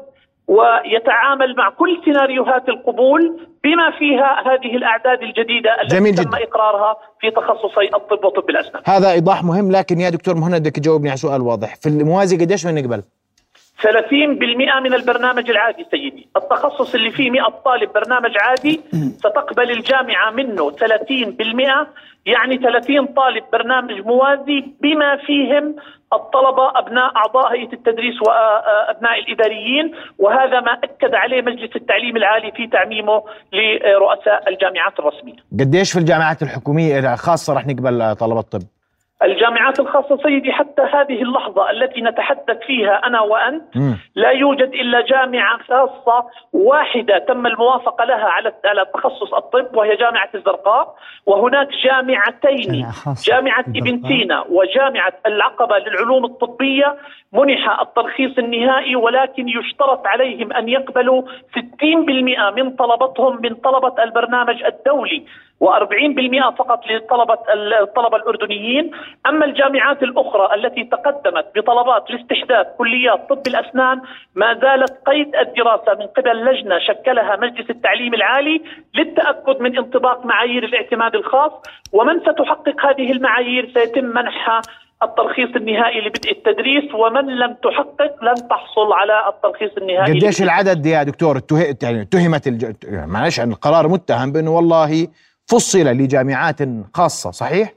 ويتعامل مع كل سيناريوهات القبول بما فيها هذه الأعداد الجديدة التي جميل تم جدا. إقرارها في تخصصي الطب وطب الأسنان. هذا إيضاح مهم، لكن يا دكتور مهند بدك تجاوبني على سؤال واضح، في الموازي قديش بنقبل؟ ثلاثين بالمئة من البرنامج العادي سيدي. التخصص اللي فيه مئة طالب برنامج عادي ستقبل الجامعة منه ثلاثين بالمئة، يعني ثلاثين طالب برنامج موازي بما فيهم الطلبة أبناء أعضاء هيئة التدريس وأبناء الإداريين، وهذا ما أكد عليه مجلس التعليم العالي في تعميمه لرؤساء الجامعات الرسمية. قديش في الجامعات الحكومية الخاصة رح نقبل طلبة الطب؟ الجامعات الخاصة سيدي حتى هذه اللحظة التي نتحدث فيها أنا وأنت لا يوجد إلا جامعة خاصة واحدة تم الموافقة لها على على تخصص الطب وهي جامعة الزرقاء، وهناك جامعتين جامعة ابن سينا وجامعة العقبة للعلوم الطبية منح الترخيص النهائي، ولكن يشترط عليهم أن يقبلوا ستين بالمئة من طلبتهم من طلبة البرنامج الدولي وأربعين بالمئة فقط لطلبة الطلبة الأردنيين، أما الجامعات الأخرى التي تقدمت بطلبات لاستحداث كليات طب الأسنان ما زالت قيد الدراسة من قبل لجنة شكلها مجلس التعليم العالي للتأكد من انطباق معايير الاعتماد الخاص، ومن ستحقق هذه المعايير سيتم منحها الترخيص النهائي لبدء التدريس، ومن لم تحقق لن تحصل على الترخيص النهائي. قديش العدد يا دكتور اتهمت يعني اتهمت الج... معلش عن القرار متهم بانه والله فصل لجامعات خاصة، صحيح؟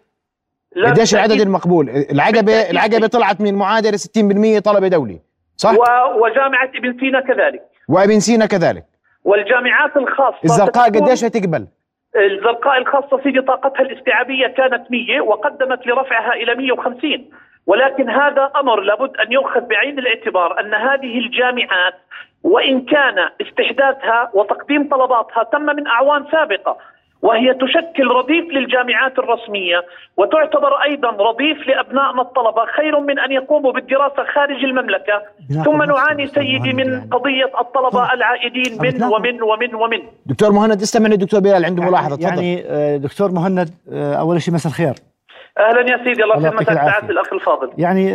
قديش العدد المقبول؟ العقبة العقبة طلعت من معادلة ستين بالمئة طلبة دولي، صح؟ و... وجامعة ابن سينا كذلك. وابن سينا كذلك. والجامعات الخاصة الزرقاء قديش هتقبل؟ الزرقاء الخاصة سيدي طاقتها الاستيعابية كانت مية وقدمت لرفعها إلى مية وخمسين، ولكن هذا أمر لابد أن يؤخذ بعين الاعتبار أن هذه الجامعات وإن كان استحداثها وتقديم طلباتها تم من أعوام سابقة، وهي تشكل رديف للجامعات الرسمية وتعتبر أيضا رديف لأبنائنا الطلبة، خير من أن يقوموا بالدراسة خارج المملكة ثم نعاني سيدي من قضية الطلبة العائدين من ومن ومن ومن. دكتور مهند استمعني، دكتور بلال عنده ملاحظة. يعني دكتور مهند، أول شيء مساء الخير. اهلا يا سيدي، الله يسلمك. سعادة الاخ الفاضل. يعني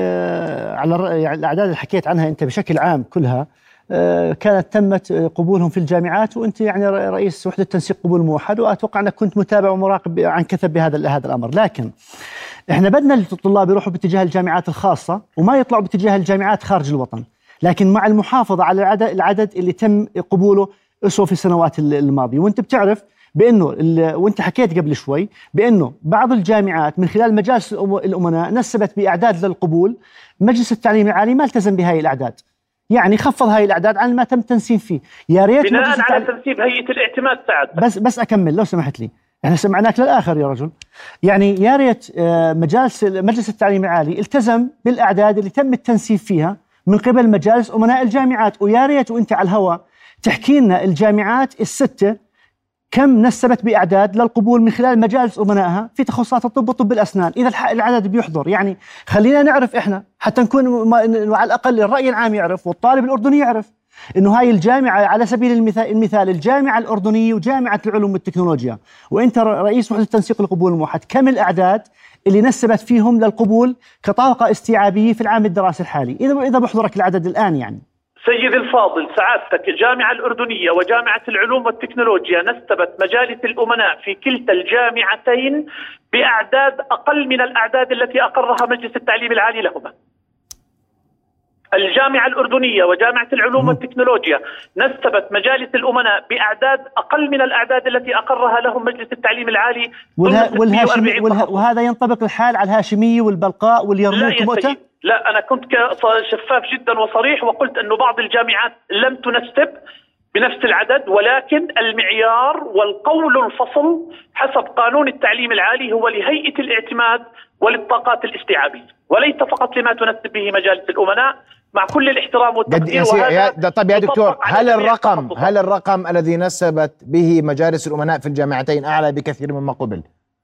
على يعني الاعداد اللي حكيت عنها انت بشكل عام كلها كانت تمت قبولهم في الجامعات، وانت يعني رئيس وحده تنسيق قبول موحد، واتوقع انك كنت متابع ومراقب عن كثب بهذا هذا الامر. لكن احنا بدنا الطلاب يروحوا باتجاه الجامعات الخاصه وما يطلعوا باتجاه الجامعات خارج الوطن، لكن مع المحافظه على العدد العدد اللي تم قبوله اسوه في السنوات الماضيه. وانت بتعرف بانه وانت حكيت قبل شوي بانه بعض الجامعات من خلال مجالس الامناء نسبت باعداد للقبول، مجلس التعليم العالي ما التزم بهاي الاعداد، يعني خفض هاي الاعداد عن ما تم تنسيب فيه. يا ريت بناء على التعليم... تنسيب هيئه الاعتماد. سعد بس بس اكمل لو سمحت لي، احنا سمعناك للاخر يا رجل. يعني يا ريت مجالس مجلس التعليم العالي التزم بالاعداد اللي تم التنسيب فيها من قبل مجالس امناء الجامعات، ويا ريت وانت على الهواء تحكي لنا الجامعات السته كم نسبت بإعداد للقبول من خلال مجالس أمنائها في تخصصات الطب وطب الأسنان، إذا العدد بيحضر. يعني خلينا نعرف إحنا حتى نكون على الأقل الرأي العام يعرف والطالب الأردني يعرف إنه هاي الجامعة على سبيل المثال, المثال الجامعة الأردنية وجامعة العلوم والتكنولوجيا، وإنت رئيس وحدة تنسيق القبول الموحد، كم الأعداد اللي نسبت فيهم للقبول كطاقة استيعابية في العام الدراسي الحالي، إذا إذا بحضرك العدد الآن؟ يعني سيدي الفاضل، سعادتك الجامعة الأردنية وجامعة العلوم والتكنولوجيا نسبت مجالس الأمناء في كلتا الجامعتين بأعداد أقل من الأعداد التي أقرها مجلس التعليم العالي لهما. الجامعة الأردنية وجامعة العلوم والتكنولوجيا نسبت مجالس الأمناء بأعداد أقل من الأعداد التي أقرها لهم مجلس التعليم العالي. والها والهاشمي والها وهذا ينطبق الحال على الهاشمية والبلقاء واليرموك ومؤتة؟ لا، أنا كنت شفاف جدا وصريح وقلت أنه بعض الجامعات لم تنسب بنفس العدد، ولكن المعيار والقول الفصل حسب قانون التعليم العالي هو لهيئة الاعتماد وللطاقات الاستيعابية، وليس فقط لما تنسب به مجالس الأمناء، مع كل الاحترام والتقدير. وهذا طيب يا دكتور، هل الرقم هل الرقم الذي نسبت به مجالس الأمناء في الجامعتين أعلى بكثير مما قبل؟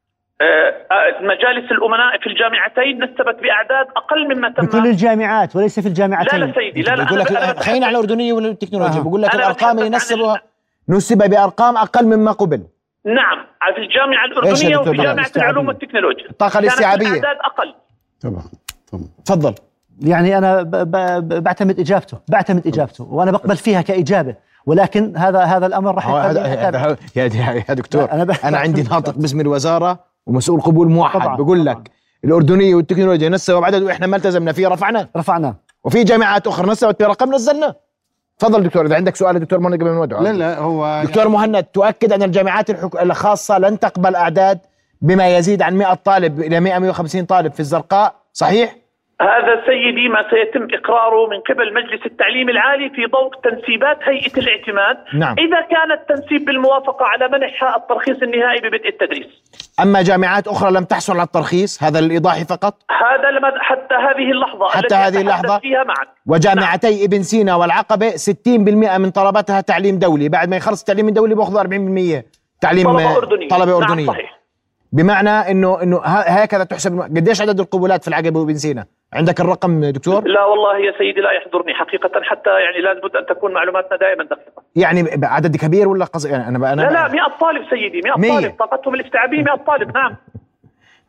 مجالس الأمناء في الجامعتين نسبت بأعداد أقل مما تم بكل الجامعات وليس في الجامعتين. لا لا سيدي، لا لا بقول لك خلينا على الأردنية والتكنولوجيا. آه. بقول لك الأرقام اللي نسبوها نسب بأرقام أقل مما قبل. نعم، في الجامعة الأردنية وفي جامعة العلوم والتكنولوجيا الطاقة الاستيعابية أعداد أقل. طبعا طبعا. تفضل. يعني أنا ب ب بعتمد إجابته بعتمد إجابته وأنا بقبل فيها كإجابة، ولكن هذا هذا الأمر راح يا يا دكتور أنا, أنا عندي ناطق باسم الوزارة ومسؤول قبول موحد بقول لك الأردنية والتكنولوجيا نسبوا بعدد وإحنا ما التزمنا فيه، رفعنا رفعنا وفي جامعات أخرى نسبت برقم نزلنا. تفضل دكتور، إذا عندك سؤال دكتور مهند قبل ما ندعو. لا لا هو دكتور مهند، تؤكد أن الجامعات الخاصة لن تقبل أعداد بما يزيد عن مئة طالب إلى مئة مئة وخمسين طالب في الزرقاء، صحيح؟ هذا سيدي ما سيتم إقراره من قبل مجلس التعليم العالي في ضوء تنسيبات هيئة الاعتماد. نعم. إذا كان التنسيب بالموافقة على منحها الترخيص النهائي ببدء التدريس. أما جامعات أخرى لم تحصل على الترخيص، هذا للإيضاح فقط. هذا لما حتى هذه اللحظة حتى هذه اللحظة فيها معك. وجامعتي نعم. ابن سينا والعقبة ستين بالمئة من طلبتها تعليم دولي، بعد ما يخلص التعليم الدولي بأخذ أربعين بالمئة تعليم طلبة أردنية. طلبة أردنية. نعم صحيح. بمعنى انه انه هكذا تحسب. قديش عدد القبولات في العقبة وابن سينا؟ عندك الرقم دكتور؟ لا والله يا سيدي لا يحضرني حقيقة، حتى يعني لابد ان تكون معلوماتنا دائما دقيقة. يعني عدد كبير ولا قصير؟ يعني انا أنا لا لا مئة طالب سيدي، مئة طالب طاقتهم الاستيعابية مئة طالب. نعم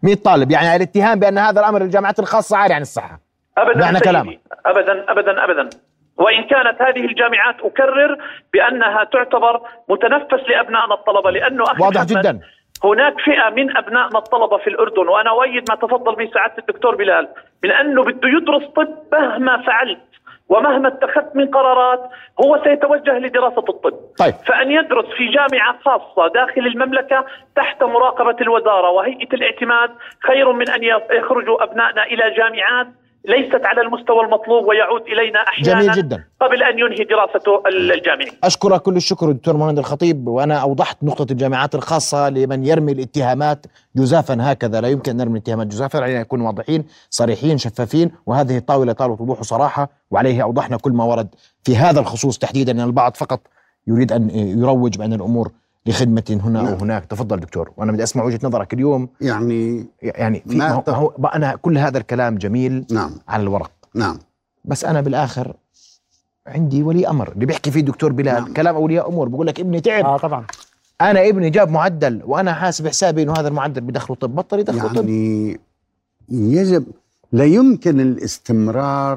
مئة طالب، يعني الاتهام بأن هذا الأمر الجامعات الخاصة عاري عن الصحة. أبدا معنى كلامك. أبدا أبدا أبدا. وإن كانت هذه الجامعات أكرر بأنها تعتبر متنفس لأبنائنا الطلبة، لأنه أخي واضح جدا هناك فئة من أبنائنا الطلبة في الأردن، وأنا أؤيد ما تفضل به سعادة الدكتور بلال من أنه بده يدرس طب مهما فعلت ومهما اتخذت من قرارات هو سيتوجه لدراسة الطب. طيب. فأن يدرس في جامعة خاصة داخل المملكة تحت مراقبة الوزارة وهيئة الاعتماد خير من أن يخرجوا أبنائنا إلى جامعات ليست على المستوى المطلوب ويعود إلينا أحيانا جميل جدا. قبل أن ينهي دراسته الجامعي. أشكرك كل الشكر دكتور مهند الخطيب، وأنا أوضحت نقطة الجامعات الخاصة لمن يرمي الاتهامات جزافا هكذا. لا يمكن أن نرمي الاتهامات جزافا، علينا نكون واضحين صريحين شفافين، وهذه الطاولة طاولة وضوح وصراحة، وعليه أوضحنا كل ما ورد في هذا الخصوص تحديدا، أن البعض فقط يريد أن يروج بأن الأمور لخدمة هنا أو هناك. تفضل دكتور، وأنا بدي أسمع وجهة نظرك اليوم. يعني يعني في ما هو أنا كل هذا الكلام جميل نعم على الورق، نعم، بس أنا بالآخر عندي ولي أمر اللي بيحكي فيه الدكتور بلال. نعم. كلام أولياء أمور بقول لك ابني تعب. آه طبعا. أنا ابني جاب معدل وأنا حاسب حسابي إنه هذا المعدل بدخله طب، بطل يدخله يعني طب. يعني يجب، لا يمكن الاستمرار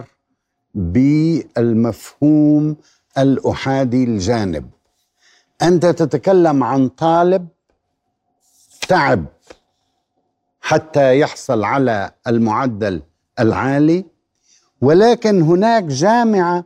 بالمفهوم الأحادي الجانب. أنت تتكلم عن طالب تعب حتى يحصل على المعدل العالي، ولكن هناك جامعة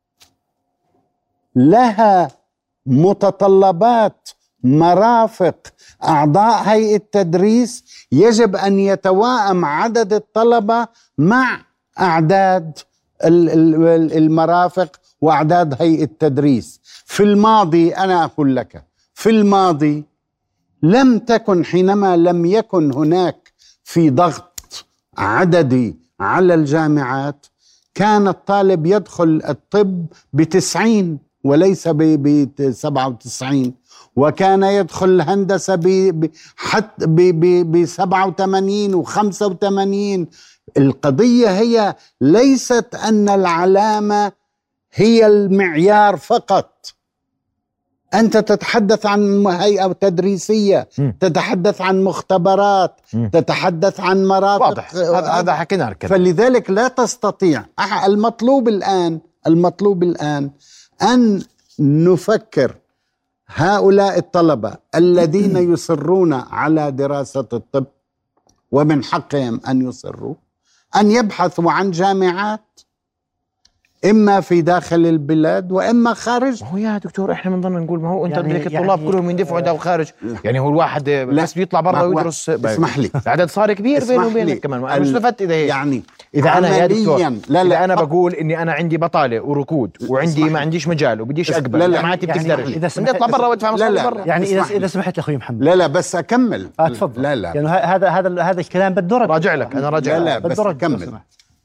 لها متطلبات مرافق أعضاء هيئة التدريس، يجب أن يتوائم عدد الطلبة مع أعداد المرافق وأعداد هيئة التدريس. في الماضي أنا أقول لك في الماضي لم تكن، حينما لم يكن هناك في ضغط عددي على الجامعات، كان الطالب يدخل الطب بتسعين وليس بسبعة وتسعين، وكان يدخل الهندسة حتى بسبعة وثمانين وخمسة وثمانين. القضية هي ليست أن العلامة هي المعيار فقط. أنت تتحدث عن هيئة تدريسية، م. تتحدث عن مختبرات، م. تتحدث عن مرافق. واضح، هذا حكينا كده. فلذلك لا تستطيع. المطلوب الآن المطلوب الآن أن نفكر هؤلاء الطلبة الذين يصرون على دراسة الطب، ومن حقهم أن يصروا، أن يبحثوا عن جامعات إما في داخل البلاد وإما خارج. هو يا دكتور إحنا بنضل نقول ما هو أنت يعني بدك الطلاب يعني كلهم يندفعوا داخل خارج، يعني هو الواحد بس بيطلع برا ويدرس. اسمح لي، العدد صار كبير بينه وبينك كمان. أنا استفدت إذا هيك. يعني إذا أنا يا دكتور لا لا إذا أنا بقول إني أنا عندي بطالة وركود وعندي ما عنديش مجال وبديش أقبل جامعاتي بتقدرش، بدي أطلع برا وأدفع مصاري برا. يعني إذا إذا سمحت لأخوي محمد. لا لا بس أكمل. آه تفضل. لا لا يعني هذا هذا هذا الكلام بده رد. راجع لك أنا راجع. لا لا بس أكمل.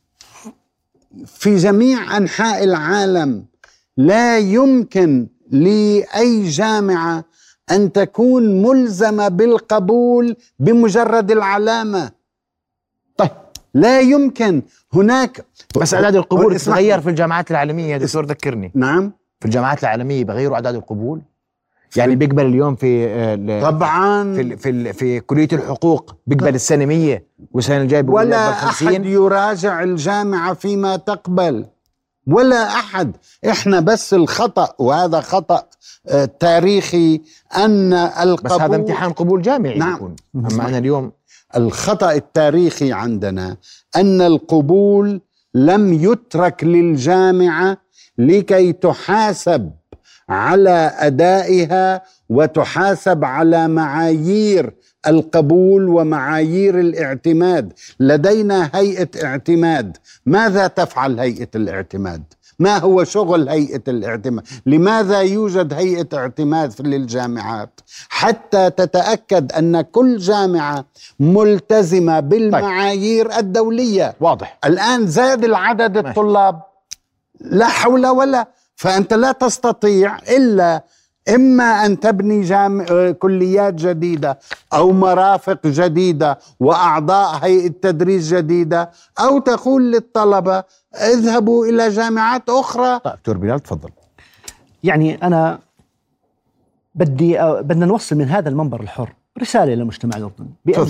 في جميع أنحاء العالم لا يمكن لأي جامعة أن تكون ملزمة بالقبول بمجرد العلامة. طيب لا يمكن. هناك بس أعداد القبول تتغير في الجامعات العالمية يا دكتور، ذكرني. نعم، في الجامعات العالمية بغيروا أعداد القبول، يعني بيقبل اليوم في طبعا في في, في كلية الحقوق بيقبل السنة مية والسنة الجاية بيقبل ولا خمسين. أحد يراجع الجامعة فيما تقبل، ولا أحد. إحنا بس الخطأ، وهذا خطأ تاريخي، أن القبول بس هذا امتحان قبول جامعي. نعم. يكون أما أنا اليوم الخطأ التاريخي عندنا أن القبول لم يترك للجامعة لكي تحاسب على أدائها وتحاسب على معايير القبول ومعايير الاعتماد. لدينا هيئة اعتماد. ماذا تفعل هيئة الاعتماد؟ ما هو شغل هيئة الاعتماد؟ لماذا يوجد هيئة اعتماد للجامعات؟ حتى تتأكد أن كل جامعة ملتزمة بالمعايير طيب. الدولية. واضح. الآن زاد العدد ماشي. الطلاب لا حول ولا، فأنت لا تستطيع إلا إما أن تبني جامع كليات جديدة أو مرافق جديدة وأعضاء هيئة تدريس جديدة، أو تقول للطلبة اذهبوا إلى جامعات أخرى. دكتور بلال تفضل. يعني أنا بدي بدنا نوصل من هذا المنبر الحر رسالة للمجتمع الأردني بأنه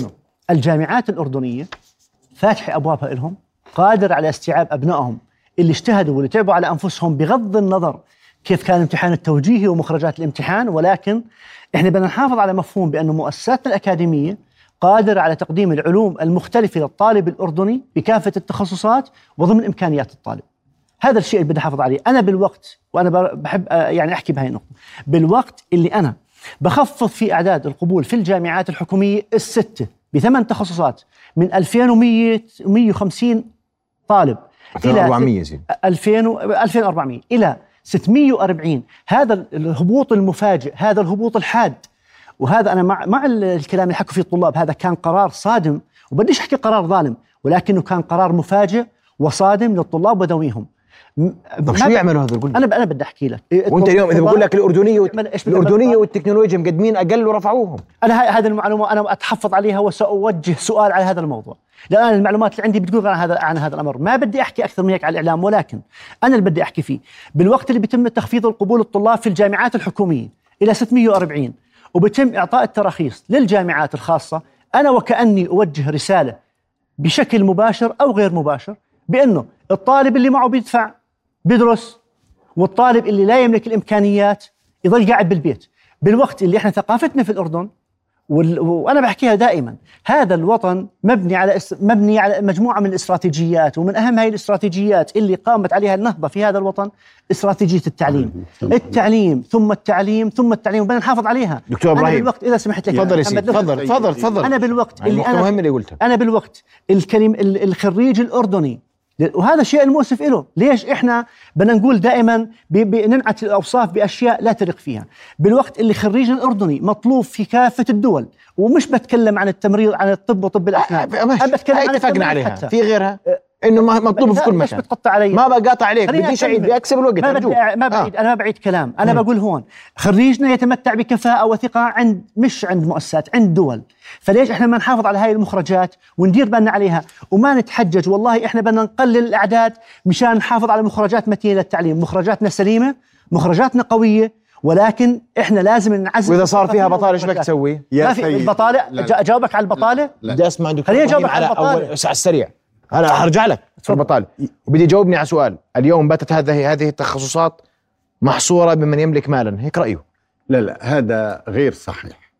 الجامعات الأردنية فاتحة أبوابها لهم، قادر على استيعاب أبنائهم اللي اجتهدوا واللي تعبوا على أنفسهم بغض النظر كيف كان الامتحان التوجيهي ومخرجات الامتحان. ولكن احنا بدنا نحافظ على مفهوم بأن مؤسساتنا الأكاديمية قادرة على تقديم العلوم المختلفة للطالب الأردني بكافة التخصصات وضمن إمكانيات الطالب. هذا الشيء اللي بدي أحافظ عليه أنا بالوقت، وأنا بحب يعني أحكي بهاي النقطة، بالوقت اللي أنا بخفض في أعداد القبول في الجامعات الحكومية الستة بثمان تخصصات من ألفين ومئة ومئة وخمسين طالب ألفين وأربعمئة إلى ألفين ألفين وأربعمئة إلى ستمئة وأربعين. هذا الهبوط المفاجئ، هذا الهبوط الحاد، وهذا أنا مع مع الكلام اللي حكوا فيه الطلاب، هذا كان قرار صادم، وبديش أحكي قرار ظالم، ولكنه كان قرار مفاجئ وصادم للطلاب وذويهم. طب شو يعملوا هذا القول؟ انا انا بدي احكي لك. وانت اليوم اذا بقول لك الاردنيه وت... الاردنيه والتكنولوجيا مقدمين اقل ورفعوهم. انا هذه المعلومه انا اتحفظ عليها وساوجه سؤال على هذا الموضوع، لان المعلومات اللي عندي بتقول عن هذا عن هذا الامر، ما بدي احكي اكثر من هيك على الاعلام، ولكن انا اللي بدي احكي فيه بالوقت اللي بيتم تخفيض القبول الطلاب في الجامعات الحكوميه الى ستمئة وأربعين وبيتم اعطاء التراخيص للجامعات الخاصه، انا وكاني اوجه رساله بشكل مباشر او غير مباشر بانه الطالب اللي معه بيدفع بيدرس، والطالب اللي لا يملك الإمكانيات يظل قاعد بالبيت. بالوقت اللي احنا ثقافتنا في الأردن وال... وأنا بحكيها دائما، هذا الوطن مبني على اس... مبني على مجموعة من الاستراتيجيات، ومن أهم هذه الاستراتيجيات اللي قامت عليها النهضة في هذا الوطن استراتيجية التعليم. التعليم ثم التعليم ثم التعليم، وبدنا نحافظ عليها. دكتور إبراهيم، أنا بالوقت إذا سمحت لك تفضل يا سيدي، تفضل تفضل تفضل. أنا بالوقت اللي أنا مهم اللي قلته، أنا بالوقت الكلم الخريج الأردني، وهذا الشيء المؤسف له. ليش احنا بدنا نقول دائما ننعت الاوصاف باشياء لا تليق فيها، بالوقت اللي خريج الاردني مطلوب في كافه الدول، ومش بتكلم عن التمريض، عن الطب وطب الاسنان، انا بتكلم عن اتفقنا عليها حتى. في غيرها انه مطلوب في كل مكان. بتقطع علي، ما بقاطع عليك، بديش اعيد، بدي اكسب الوقت. ما, بدي ما بعيد آه. انا ما بعيد كلام، انا م. بقول هون خريجنا يتمتع بكفاءه وثقه عند مش عند مؤسسات، عند دول. فليش احنا ما نحافظ على هاي المخرجات وندير بالنا عليها وما نتحجج؟ والله احنا بدنا نقلل الاعداد مشان نحافظ على مخرجات متينه للتعليم، مخرجاتنا سليمه، مخرجاتنا قويه، ولكن احنا لازم نعزز. واذا صار فيها بطاله ايش بدك تسوي؟ ما في البطاله. اجاوبك على البطاله؟ بدي اسمع دكتور. خليني اجاوبك على البطاله على السريع. انا هرجع لك في البطاله، وبدي جاوبني على سؤال. اليوم باتت هذه هذه التخصصات محصوره بمن يملك مالا، هيك رايه؟ لا لا، هذا غير صحيح،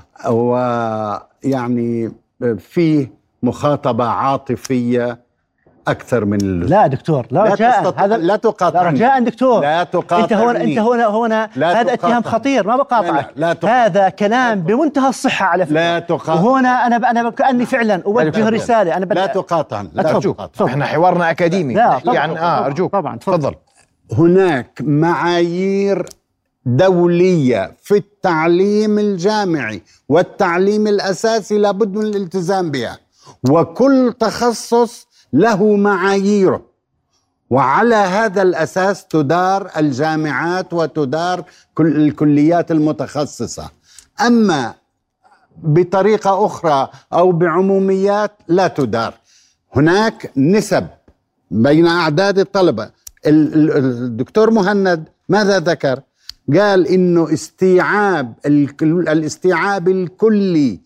ويعني فيه مخاطبه عاطفيه اكثر من اللزوم. لا دكتور، لا رجاء، هذا لا تقاطعني، رجاء دكتور، لا تقاطعني. انت هون انت هون هون هذا اتهام خطير، ما بقاطعك. لا لا هذا كلام بمنتهى الصحه على فكره. لا تقاطع. وهنا انا انا كاني فعلا اوجه رساله. انا لا تقاطعني، لا تقاطع. احنا حوارنا اكاديمي. لا يعني اه ارجوك طبعا تفضل. هناك معايير دولية في التعليم الجامعي والتعليم الأساسي لابد من الالتزام بها، وكل تخصص له معاييره، وعلى هذا الأساس تدار الجامعات وتدار كل الكليات المتخصصة. أما بطريقة أخرى أو بعموميات لا تدار. هناك نسب بين أعداد الطلبة. الدكتور مهند ماذا ذكر؟ قال إنه استيعاب الاستيعاب الكلي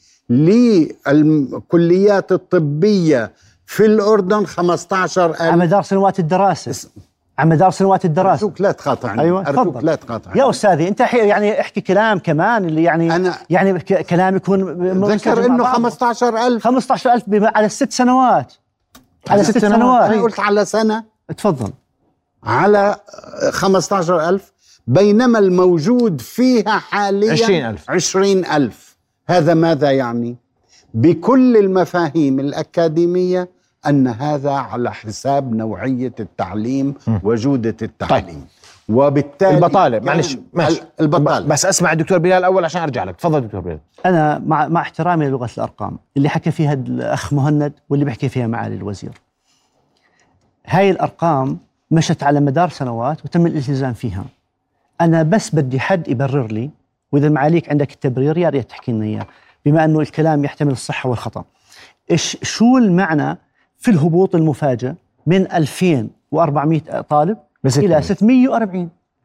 للكليات الطبية في الأردن خمسة عشر ألف على مدار سنوات الدراسة. على مدار سنوات الدراسة. أرجوك لا تقاطعني. أيوة أرجوك لا تقاطعني يا أستاذي. أنت يعني احكي كلام كمان اللي يعني أنا يعني كلام يكون ذكر إنه خمسة عشر ألف خمسة عشر ألف على الست سنوات. على ست سنوات. أنا قلت على سنة. تفضل. على خمسة عشر ألف، بينما الموجود فيها حاليا عشرين ألف. عشرين ألف. هذا ماذا يعني؟ بكل المفاهيم الأكاديمية أن هذا على حساب نوعية التعليم م. وجودة التعليم. طيب. وبالتالي البطالة معلش ماشي البطالة. بس أسمع الدكتور بلال أول عشان أرجع لك. تفضل دكتور بلال. أنا مع, مع احترامي للغة الأرقام اللي حكى فيها الأخ مهند واللي بيحكي فيها معالي الوزير، هاي الأرقام مشت على مدار سنوات وتم الالتزام فيها. أنا بس بدي حد يبرر لي، وإذا معاليك عندك التبرير يا ريت تحكي لنا إياه، بما أنه الكلام يحتمل الصحة والخطأ. إيش شو المعنى في الهبوط المفاجئ من ألفين وأربعمئة طالب إلى ستمئة وأربعين؟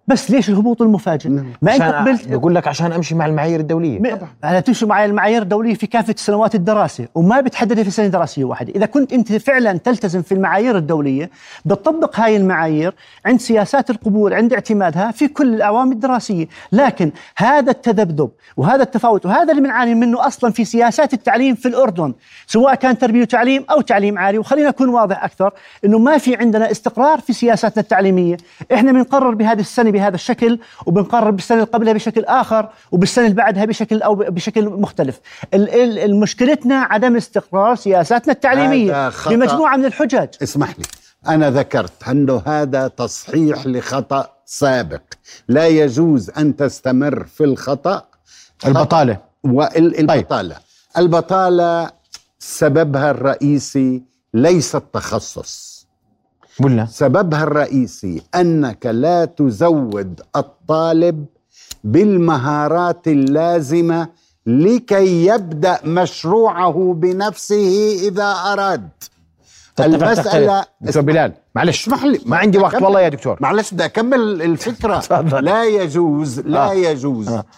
بس ليش الهبوط المفاجئ؟ ما انت قبلت بقول لك عشان امشي مع المعايير الدوليه. انا تمشي مع المعايير الدوليه في كافه سنوات الدراسه وما بتحددها في سنه دراسيه واحده. اذا كنت انت فعلا تلتزم في المعايير الدوليه بتطبق هاي المعايير عند سياسات القبول، عند اعتمادها في كل الاعوام الدراسيه. لكن هذا التذبذب وهذا التفاوت وهذا اللي بنعاني منه اصلا في سياسات التعليم في الاردن، سواء كان تربيه وتعليم او تعليم عالي. وخلينا نكون واضح اكثر انه ما في عندنا استقرار في سياساتنا التعليميه. احنا بنقرر بهذه السنه بهذا الشكل وبنقرر بالسنه اللي قبلها بشكل اخر وبالسنه اللي بعدها بشكل او بشكل مختلف. المشكلتنا عدم استقرار سياساتنا التعليميه بمجموعه من الحجج. اسمح لي، انا ذكرت انه هذا تصحيح لخطأ سابق. لا يجوز ان تستمر في الخطأ. البطاله والبطاله طيب. البطاله سببها الرئيسي ليس التخصص، ولا سببها الرئيسي أنك لا تزود الطالب بالمهارات اللازمة لكي يبدأ مشروعه بنفسه إذا أراد. المسألة دكتور بلال معلش اسمح لي، ما عندي وقت والله يا دكتور، معلش بدي أكمل الفكرة. لا يجوز لا آه. يجوز آه.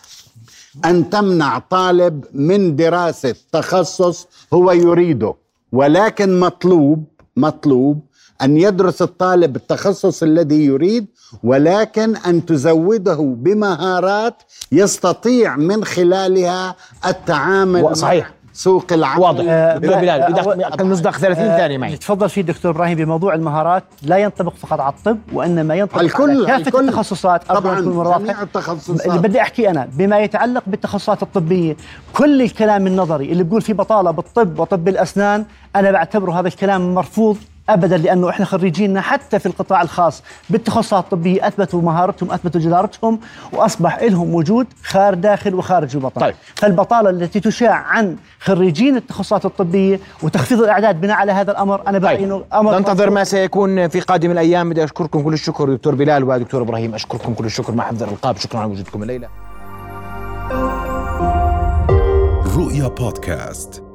أن تمنع طالب من دراسة تخصص هو يريده، ولكن مطلوب مطلوب أن يدرس الطالب التخصص الذي يريد، ولكن أن تزوده بمهارات يستطيع من خلالها التعامل صحيح مع سوق العمل. واضح دكتور بلال، بدك نصدق ثلاثين ثانية معي. تفضل فيه دكتور إبراهيم. بموضوع المهارات لا ينطبق فقط على الطب وإنما ينطبق الكل على كافة الكل التخصصات. طبعا جميع التخصصات. اللي بدي أحكي أنا بما يتعلق بالتخصصات الطبية، كل الكلام النظري اللي بيقول فيه بطالة بالطب وطب الأسنان أنا بعتبره هذا الكلام مرفوض ابدا، لانه احنا خريجيننا حتى في القطاع الخاص بالتخصصات الطبيه اثبتوا مهارتهم، اثبتوا جدارتهم، واصبح لهم وجود خارج داخل وخارج الوطن. طيب. فالبطاله التي تشاع عن خريجين التخصصات الطبيه وتخفيض الاعداد بناء على هذا الامر انا برايي انه امر ننتظر ما سيكون في قادم الايام. بدي اشكركم كل الشكر دكتور بلال ودكتور ابراهيم، اشكركم كل الشكر مع حفظ الالقاب. شكرا على وجودكم الليله. رؤيا بودكاست.